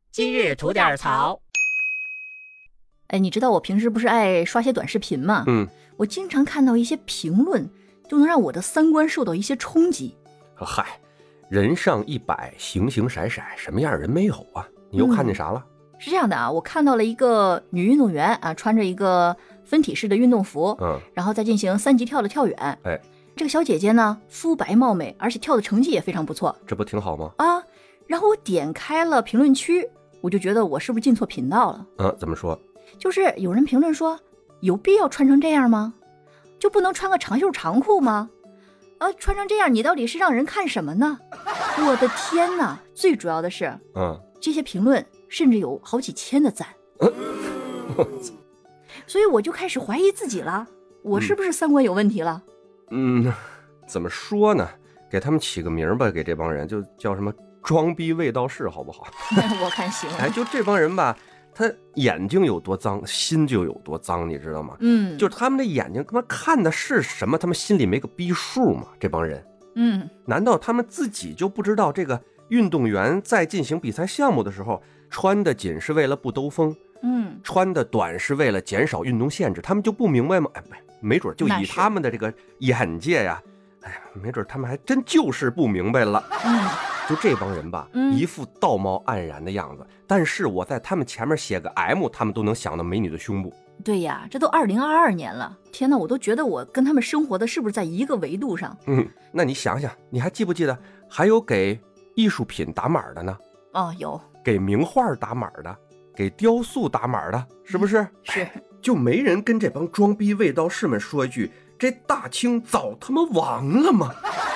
今日吐点槽。 哎，你知道我平时不是爱刷些短视频吗？我经常看到一些评论，就能让我的三观受到一些冲击。 嗨，人上100，形形色色，什么样人没有啊？你又看见啥了？ 是这样的啊，我看到了一个女运动员啊，穿着一个分体式的运动服，然后再进行3级跳的跳远。 哎， 这个小姐姐呢，肤白貌美，而且跳的成绩也非常不错。 这不挺好吗？ 啊，然后我点开了评论区，我就觉得我是不是进错频道了？ 怎么说？ 就是有人评论说，有必要穿成这样吗？就不能穿个长袖长裤吗？穿成这样，你到底是让人看什么呢？我的天哪！最主要的是，这些评论甚至有好几千的赞，所以我就开始怀疑自己了，我是不是三观有问题了？ 怎么说呢？给他们起个名吧，给这帮人就叫什么装逼卫道士，好不好？ 我看行。 哎，就这帮人吧，他眼睛有多脏，心就有多脏，你知道吗？就是他们的眼睛他妈看的是什么，他们心里没个逼数吗？这帮人，难道他们自己就不知道这个运动员在进行比赛项目的时候，穿的紧是为了不兜风，穿的短是为了减少运动限制，他们就不明白吗？哎，没准就以他们的这个眼界呀，哎呀，没准他们还真就是不明白了。就这帮人吧，一副道貌岸然的样子，但是我在他们前面写个 M， 他们都能想到美女的胸部。 对呀，这都2022年了，天哪，我都觉得我跟他们生活的是不是在一个维度上？ 那你想想，你还记不记得还有给艺术品打码的呢？ 有给名画打码的，给雕塑打码的，是不是？ 是， 就没人跟这帮装逼卫道士们说一句，这大清早他妈亡了吗？